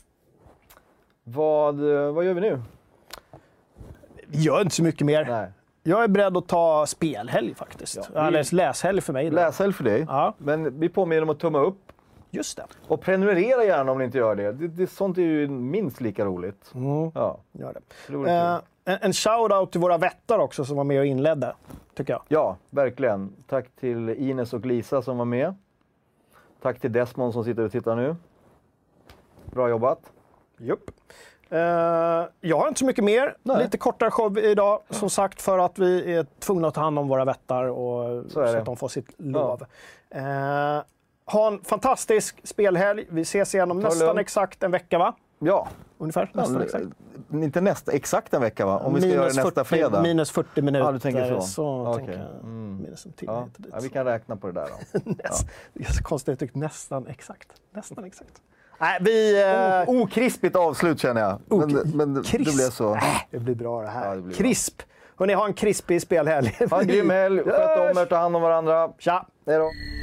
Vad, vad gör vi nu? Vi gör inte så mycket mer. Nej. Jag är beredd att ta spelhelg faktiskt. Ja, Eller läshelg för mig. Då. Läshelg för dig. Ja. Men vi påminner om att tumma upp. Just det. Och prenumerera gärna om ni inte gör det. det, det sånt är ju minst lika roligt. Mm. Ja. Gör det. det eh, en en shout-out till våra vättar också som var med och inledde, tycker jag. Ja, verkligen. Tack till Ines och Lisa som var med. Tack till Desmond som sitter och tittar nu. Bra jobbat. Jupp. Uh, jag har inte så mycket mer. Nej. Lite kortare show idag, som sagt, för att vi är tvungna att ta hand om våra vättar och så, så att de får sitt lov. Ja. Uh, ha en fantastisk spelhelg. Vi ses igen om nästan lugnt. Exakt en vecka, va? Ja. Ungefär, nästan ja, exakt. Inte nästa, exakt en vecka, va? Om vi ska minus göra det nästa fyrtio, fredag. Minus fyrtio minuter. Ja, du tänker så. så okay. tänker jag, mm. Minus en timme ja. dit, ja, vi kan räkna på det där då. Näst, ja. Det är så konstigt uttryckt, nästan exakt. Nästan exakt. Nej, vi... Uh... Okrispigt avslut känner jag. Ok men men det, det blir så. Äh, det blir bra det här. Ja, det blir Krisp. Hörrni, ha en krispig spelhelg. Ha en grym helg. Sköt om er, ta hand om varandra. Tja. Hej då.